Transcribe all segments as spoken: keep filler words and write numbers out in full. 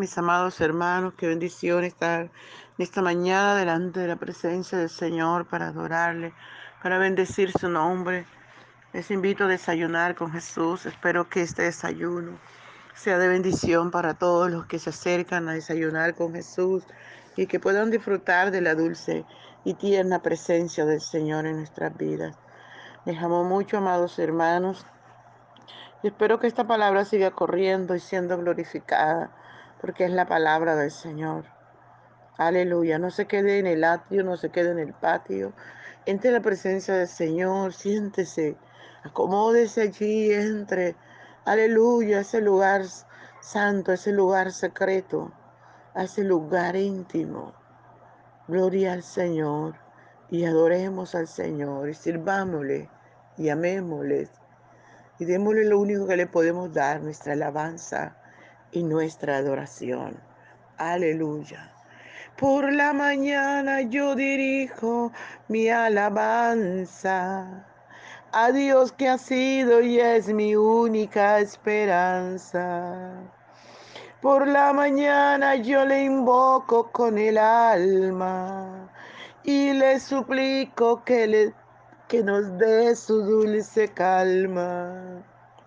mis amados hermanos, qué bendición estar en esta mañana delante de la presencia del Señor para adorarle, para bendecir su nombre. Les invito a desayunar con Jesús. Espero que este desayuno sea de bendición para todos los que se acercan a desayunar con Jesús y que puedan disfrutar de la dulce y tierna presencia del Señor en nuestras vidas. Les amo mucho, amados hermanos. Y espero que esta palabra siga corriendo y siendo glorificada, porque es la palabra del Señor. Aleluya. No se quede en el atrio, no se quede en el patio. Entre en la presencia del Señor, siéntese, acomódese allí, entre. Aleluya, ese lugar santo, ese lugar secreto, a ese lugar íntimo. Gloria al Señor. Y adoremos al Señor y sirvámosle y amémosle. Y démosle lo único que le podemos dar, nuestra alabanza y nuestra adoración. Aleluya. Por la mañana yo dirijo mi alabanza a Dios que ha sido y es mi única esperanza. Por la mañana yo le invoco con el alma y le suplico que, le, que nos dé su dulce calma.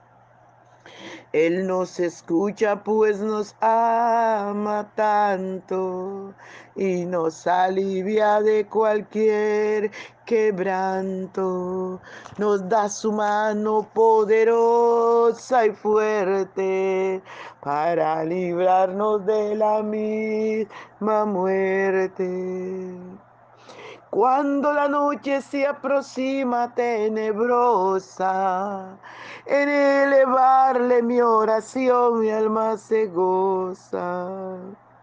Él nos escucha pues nos ama tanto y nos alivia de cualquier quebranto. Nos da su mano poderosa y fuerte para librarnos de la misma muerte. Cuando la noche se aproxima tenebrosa, en elevarle mi oración mi alma se goza.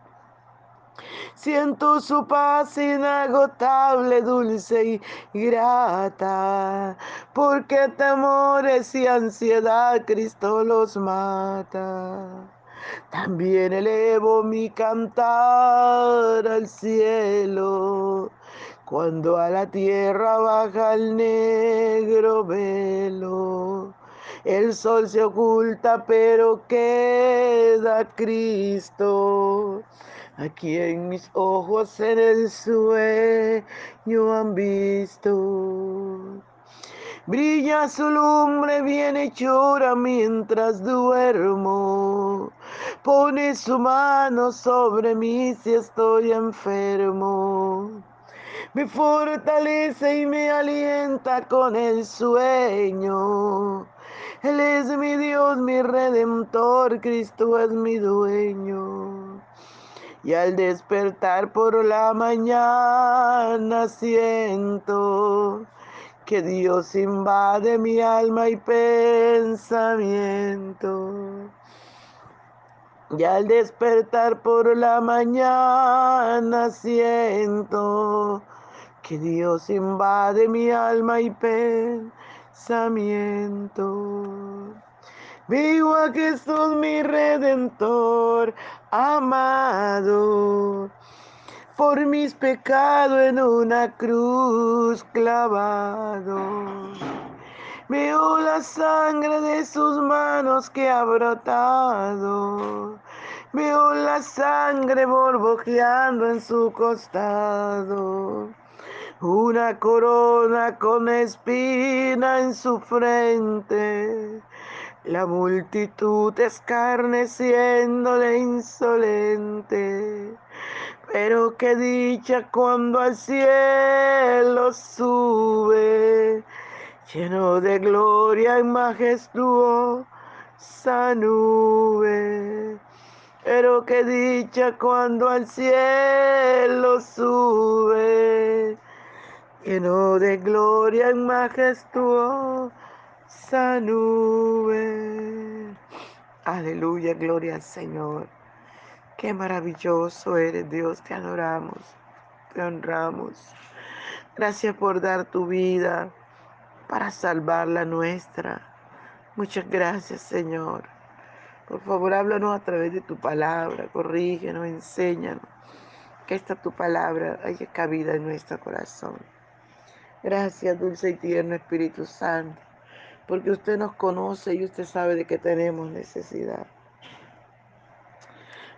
Siento su paz inagotable, dulce y grata, porque temores y ansiedad Cristo los mata. También elevo mi cantar al cielo, cuando a la tierra baja el negro velo. El sol se oculta, pero queda Cristo, a quien mis ojos en el sueño han visto. Brilla su lumbre bien hechura mientras duermo. Pone su mano sobre mí si estoy enfermo. Me fortalece y me alienta con el sueño. Él es mi Dios, mi redentor, Cristo es mi dueño. Y al despertar por la mañana siento que Dios invade mi alma y pensamiento. Y al despertar por la mañana siento que Dios invade mi alma y pensamiento. Vivo a Jesús mi Redentor amado, por mis pecados en una cruz clavado. Veo la sangre de sus manos que ha brotado. Veo la sangre borbojeando en su costado. Una corona con espina en su frente. La multitud escarneciéndole insolente. Pero qué dicha cuando al cielo sube, lleno de gloria y majestuosa nube. Pero qué dicha cuando al cielo sube, lleno de gloria y majestuosa nube. Aleluya, gloria al Señor. Qué maravilloso eres, Dios, te adoramos, te honramos. Gracias por dar tu vida para salvar la nuestra. Muchas gracias, Señor. Por favor, háblanos a través de tu palabra, corrígenos, enséñanos. Que esta tu palabra haya cabida en nuestro corazón. Gracias, dulce y tierno Espíritu Santo, porque usted nos conoce y usted sabe de qué tenemos necesidad.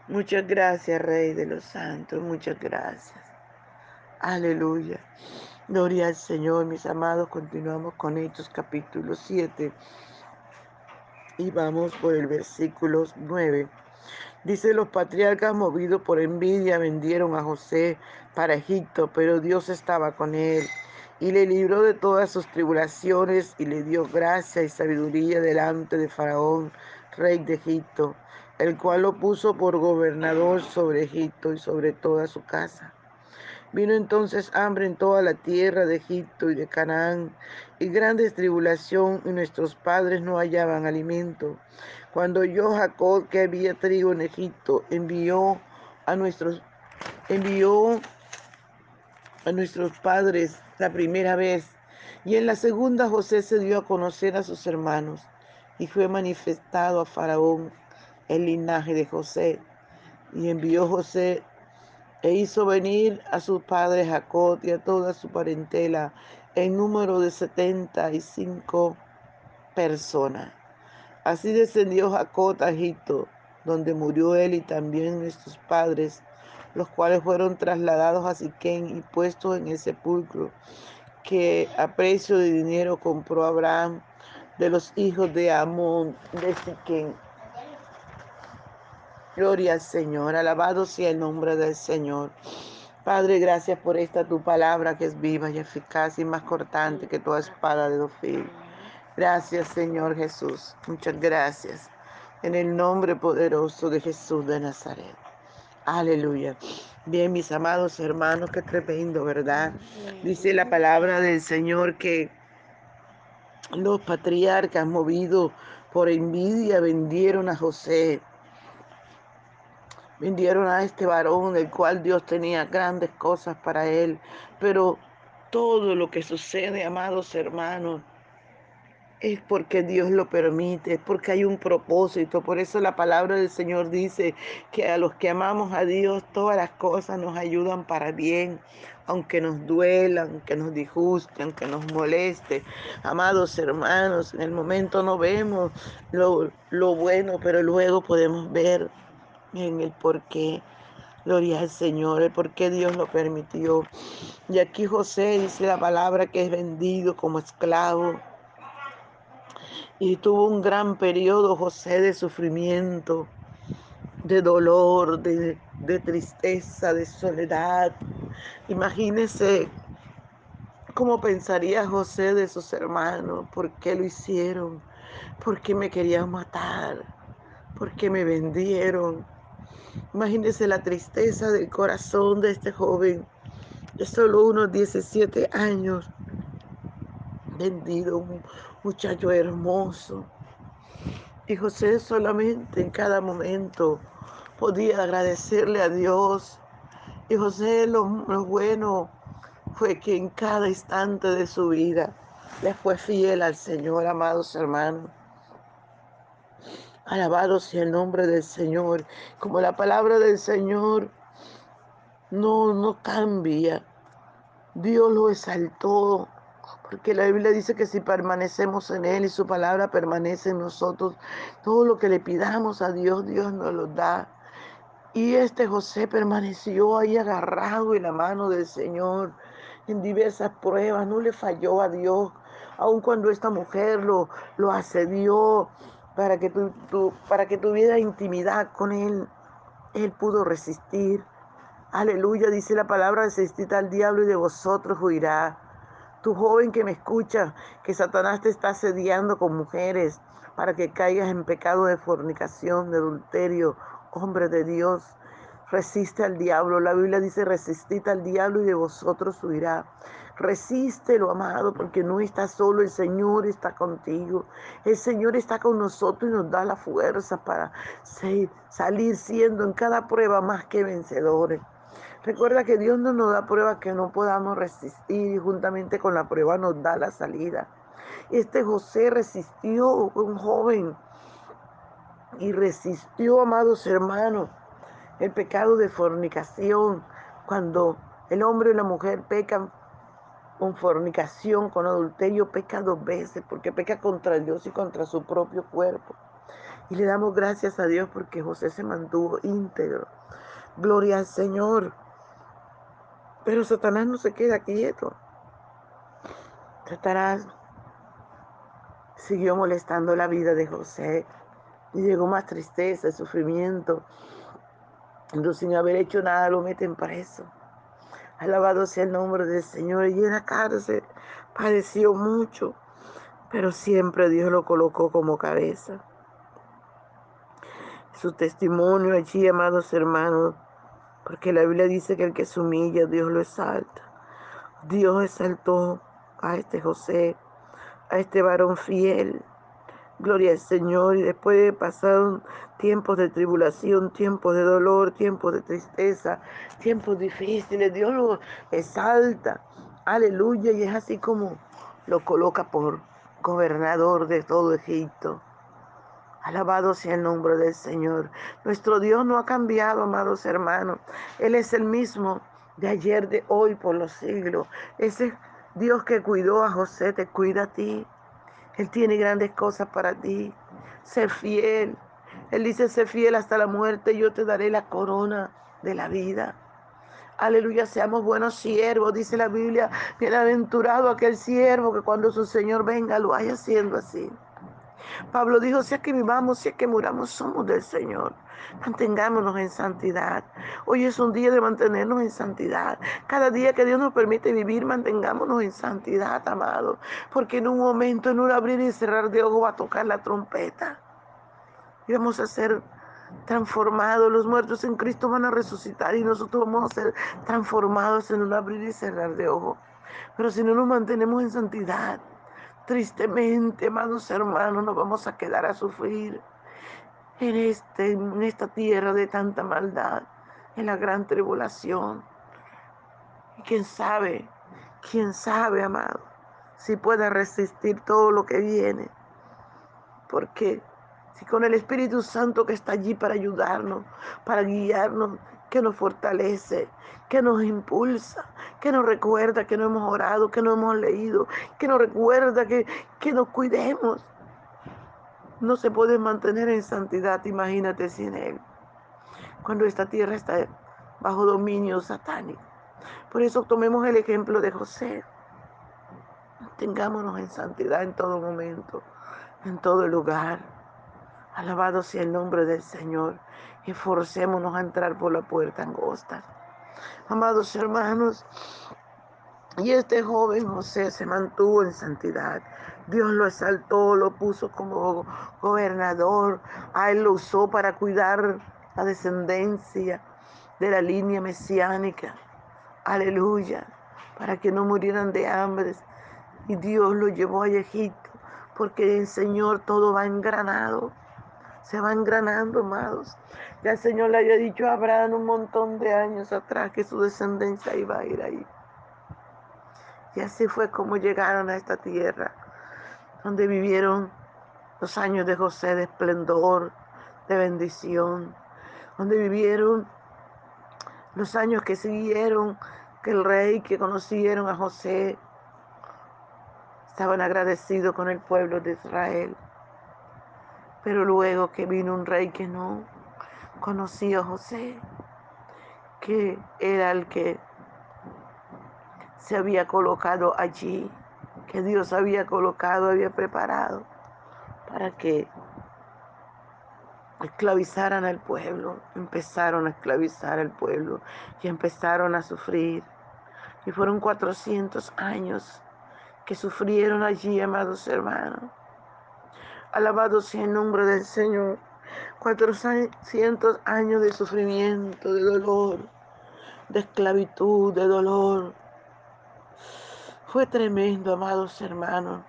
Muchas gracias, Rey de los Santos, muchas gracias. Aleluya. Gloria al Señor, mis amados. Continuamos con Hechos capítulo siete y vamos por el versículo nueve. Dice: los patriarcas, movidos por envidia, vendieron a José para Egipto, pero Dios estaba con él y le libró de todas sus tribulaciones y le dio gracia y sabiduría delante de Faraón, rey de Egipto, el cual lo puso por gobernador sobre Egipto y sobre toda su casa. Vino entonces hambre en toda la tierra de Egipto y de Canaán, y grande tribulación, y nuestros padres no hallaban alimento. Cuando oyó Jacob que había trigo en Egipto, envió a nuestros, envió a nuestros padres la primera vez, y en la segunda José se dio a conocer a sus hermanos, y fue manifestado a Faraón el linaje de José. Y envió José e hizo venir a su padre Jacob y a toda su parentela en número de setenta y cinco personas. Así descendió Jacob a Egipto, donde murió él y también nuestros padres, los cuales fueron trasladados a Siquén y puestos en el sepulcro que a precio de dinero compró Abraham de los hijos de Amón de Siquén. Gloria al Señor, alabado sea el nombre del Señor. Padre, gracias por esta tu palabra que es viva y eficaz y más cortante que toda espada de dos filos. Gracias, Señor Jesús. Muchas gracias. En el nombre poderoso de Jesús de Nazaret. Aleluya. Bien, mis amados hermanos, qué tremendo, ¿verdad? Dice la palabra del Señor que los patriarcas, movidos por envidia, vendieron a José. Vendieron a este varón, del cual Dios tenía grandes cosas para él. Pero todo lo que sucede, amados hermanos, es porque Dios lo permite, es porque hay un propósito. Por eso la palabra del Señor dice que a los que amamos a Dios, todas las cosas nos ayudan para bien, aunque nos duelan, aunque nos disgusten, aunque nos moleste. Amados hermanos, en el momento no vemos lo, lo bueno, pero luego podemos ver en el porqué. Gloria al Señor, el por qué Dios lo permitió. Y aquí José dice la palabra que es vendido como esclavo. Y tuvo un gran periodo José de sufrimiento, de dolor, de, de tristeza, de soledad. Imagínese cómo pensaría José de sus hermanos. ¿Por qué lo hicieron? ¿Por qué me querían matar? ¿Por qué me vendieron? Imagínese la tristeza del corazón de este joven de solo unos diecisiete años, vendido, un muchacho hermoso. Y José solamente en cada momento podía agradecerle a Dios. Y José lo, lo bueno fue que en cada instante de su vida le fue fiel al Señor, amados hermanos. Alabado sea el nombre del Señor. Como la palabra del Señor no, no cambia. Dios lo exaltó, porque la Biblia dice que si permanecemos en Él y su palabra permanece en nosotros, todo lo que le pidamos a Dios, Dios nos lo da. Y este José permaneció ahí agarrado en la mano del Señor en diversas pruebas, no le falló a Dios, aun cuando esta mujer lo, lo asedió para que, tu, tu, para que tuviera intimidad con Él, Él pudo resistir. Aleluya, dice la palabra: resistid al diablo y de vosotros huirá. Tu joven que me escucha, que Satanás te está asediando con mujeres para que caigas en pecado de fornicación, de adulterio, hombre de Dios. Resiste al diablo. La Biblia dice: resistid al diablo y de vosotros huirá. Resístelo, amado, porque no estás solo, el Señor está contigo. El Señor está con nosotros y nos da la fuerza para ser, salir siendo en cada prueba más que vencedores. Recuerda que Dios no nos da pruebas que no podamos resistir y juntamente con la prueba nos da la salida. Este José resistió, un joven, y resistió, amados hermanos, el pecado de fornicación. Cuando el hombre y la mujer pecan con fornicación, con adulterio, peca dos veces, porque peca contra Dios y contra su propio cuerpo. Y le damos gracias a Dios porque José se mantuvo íntegro. Gloria al Señor. Pero Satanás no se queda quieto. Satanás siguió molestando la vida de José. Y llegó más tristeza, sufrimiento. Entonces, sin haber hecho nada, lo meten preso. Alabado sea el nombre del Señor. Y en la cárcel padeció mucho, pero siempre Dios lo colocó como cabeza. Su testimonio allí, amados hermanos, porque la Biblia dice que el que se humilla, Dios lo exalta. Dios exaltó a este José, a este varón fiel. Gloria al Señor. Y después de pasar tiempos de tribulación, tiempos de dolor, tiempos de tristeza, tiempos difíciles, Dios lo exalta. Aleluya. Y es así como lo coloca por gobernador de todo Egipto. Alabado sea el nombre del Señor. Nuestro Dios no ha cambiado, amados hermanos. Él es el mismo de ayer, de hoy, por los siglos. Ese Dios que cuidó a José te cuida a ti. Él tiene grandes cosas para ti. Sé fiel. Él dice, sé fiel hasta la muerte. Yo te daré la corona de la vida. Aleluya, seamos buenos siervos. Dice la Biblia, bienaventurado aquel siervo que cuando su Señor venga lo haya haciendo así. Pablo dijo, si es que vivamos, si es que muramos, somos del Señor. Mantengámonos en santidad. Hoy es un día de mantenernos en santidad. Cada día que Dios nos permite vivir, mantengámonos en santidad, amado. Porque en un momento, en un abrir y cerrar de ojos, va a tocar la trompeta. Y vamos a ser transformados. Los muertos en Cristo van a resucitar y nosotros vamos a ser transformados en un abrir y cerrar de ojos. Pero si no nos mantenemos en santidad, tristemente, amados hermanos, nos vamos a quedar a sufrir en, este, en esta tierra de tanta maldad, en la gran tribulación. Y quién sabe, quién sabe, amado, si pueda resistir todo lo que viene. Porque si con el Espíritu Santo que está allí para ayudarnos, para guiarnos, que nos fortalece, que nos impulsa, que nos recuerda que no hemos orado, que no hemos leído, que nos recuerda que, que nos cuidemos. No se puede mantener en santidad, imagínate sin Él, cuando esta tierra está bajo dominio satánico. Por eso tomemos el ejemplo de José. Tengámonos en santidad en todo momento, en todo lugar. Alabado sea el nombre del Señor. Esforcémonos a entrar por la puerta angosta. Amados hermanos, y este joven José se mantuvo en santidad. Dios lo exaltó, lo puso como gobernador. A él lo usó para cuidar la descendencia de la línea mesiánica. Aleluya. Para que no murieran de hambre. Y Dios lo llevó a Egipto. Porque el Señor todo va engranado. Se va engranando, amados. Ya el Señor le había dicho a Abraham un montón de años atrás que su descendencia iba a ir ahí. Y así fue como llegaron a esta tierra, donde vivieron los años de José de esplendor, de bendición, donde vivieron los años que siguieron, que el rey que conocieron a José estaban agradecidos con el pueblo de Israel. Pero luego que vino un rey que no conocía a José, que era el que se había colocado allí, que Dios había colocado, había preparado para que esclavizaran al pueblo. Empezaron a esclavizar al pueblo y empezaron a sufrir. Y fueron cuatrocientos años que sufrieron allí, amados hermanos. Alabado sea el nombre del Señor. cuatrocientos años de sufrimiento, de dolor, de esclavitud, de dolor. Fue tremendo, amados hermanos.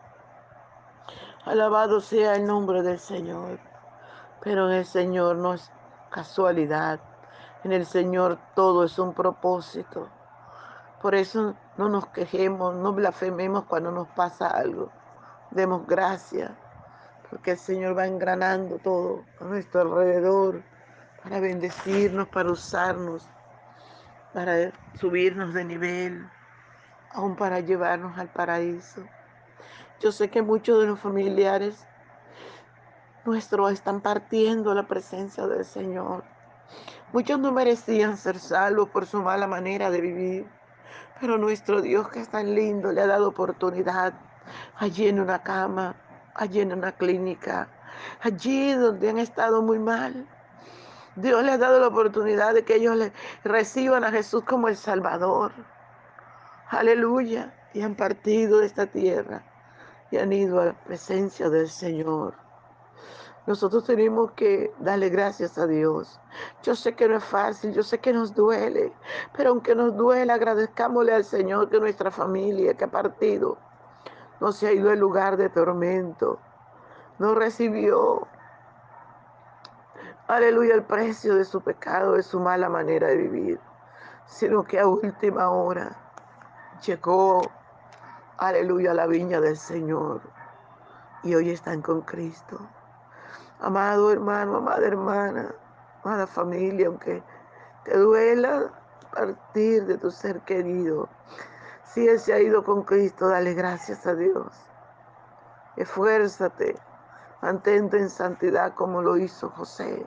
Alabado sea el nombre del Señor. Pero en el Señor no es casualidad. En el Señor todo es un propósito. Por eso no nos quejemos, no blasfememos cuando nos pasa algo. Demos gracias, porque el Señor va engranando todo a nuestro alrededor para bendecirnos, para usarnos, para subirnos de nivel, aún para llevarnos al paraíso. Yo sé que muchos de los familiares nuestros están partiendo a la presencia del Señor. Muchos no merecían ser salvos por su mala manera de vivir, pero nuestro Dios, que es tan lindo, le ha dado oportunidad allí en una cama, allí en una clínica, allí donde han estado muy mal. Dios le ha dado la oportunidad de que ellos le reciban a Jesús como el Salvador. Aleluya. Y han partido de esta tierra y han ido a la presencia del Señor. Nosotros tenemos que darle gracias a Dios. Yo sé que no es fácil, yo sé que nos duele, pero aunque nos duele, agradezcámosle al Señor que nuestra familia que ha partido no se ha ido al lugar de tormento, no recibió, aleluya, el precio de su pecado, de su mala manera de vivir, sino que a última hora llegó, aleluya, a la viña del Señor y hoy están con Cristo. Amado hermano, amada hermana, amada familia, aunque te duela partir de tu ser querido, si Él se ha ido con Cristo, dale gracias a Dios. Esfuérzate, mantente en santidad como lo hizo José.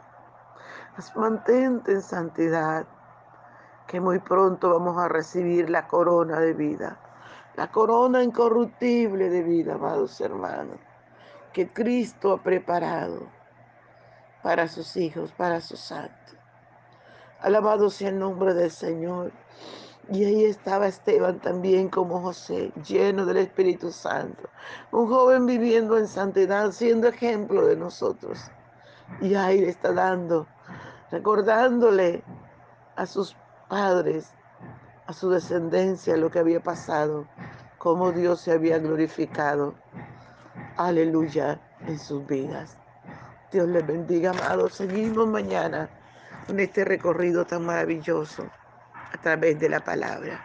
Mantente en santidad, que muy pronto vamos a recibir la corona de vida, la corona incorruptible de vida, amados hermanos, que Cristo ha preparado para sus hijos, para sus santos. Alabado sea el nombre del Señor. Y ahí estaba Esteban también como José, lleno del Espíritu Santo. Un joven viviendo en santidad, siendo ejemplo de nosotros. Y ahí le está dando, recordándole a sus padres, a su descendencia, lo que había pasado, cómo Dios se había glorificado. Aleluya, en sus vidas. Dios les bendiga, amados. Seguimos mañana con este recorrido tan maravilloso a través de la palabra.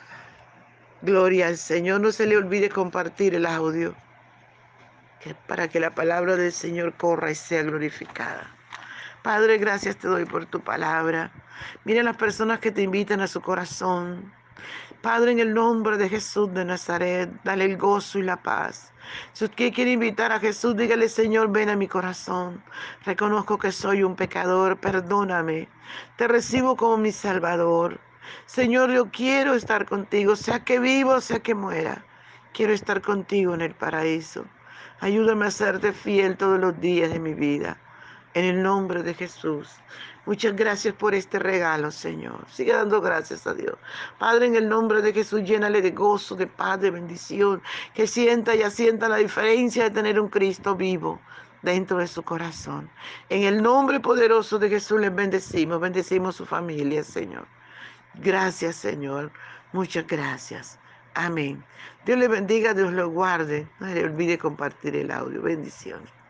Gloria al Señor. No se le olvide compartir el audio que para que la palabra del Señor corra y sea glorificada. Padre, gracias te doy por tu palabra. Mira las personas que te invitan a su corazón. Padre, en el nombre de Jesús de Nazaret, dale el gozo y la paz. Si usted quiere invitar a Jesús, dígale: Señor, ven a mi corazón. Reconozco que soy un pecador, perdóname. Te recibo como mi Salvador. Señor, yo quiero estar contigo, sea que viva, sea que muera. Quiero estar contigo en el paraíso. Ayúdame a serte fiel todos los días de mi vida. En el nombre de Jesús. Muchas gracias por este regalo, Señor. Sigue dando gracias a Dios. Padre, en el nombre de Jesús, llénale de gozo, de paz, de bendición. Que sienta y asienta la diferencia de tener un Cristo vivo dentro de su corazón. En el nombre poderoso de Jesús les bendecimos. Bendecimos su familia, Señor. Gracias, Señor. Muchas gracias. Amén. Dios le bendiga, Dios lo guarde. No se le olvide compartir el audio. Bendiciones.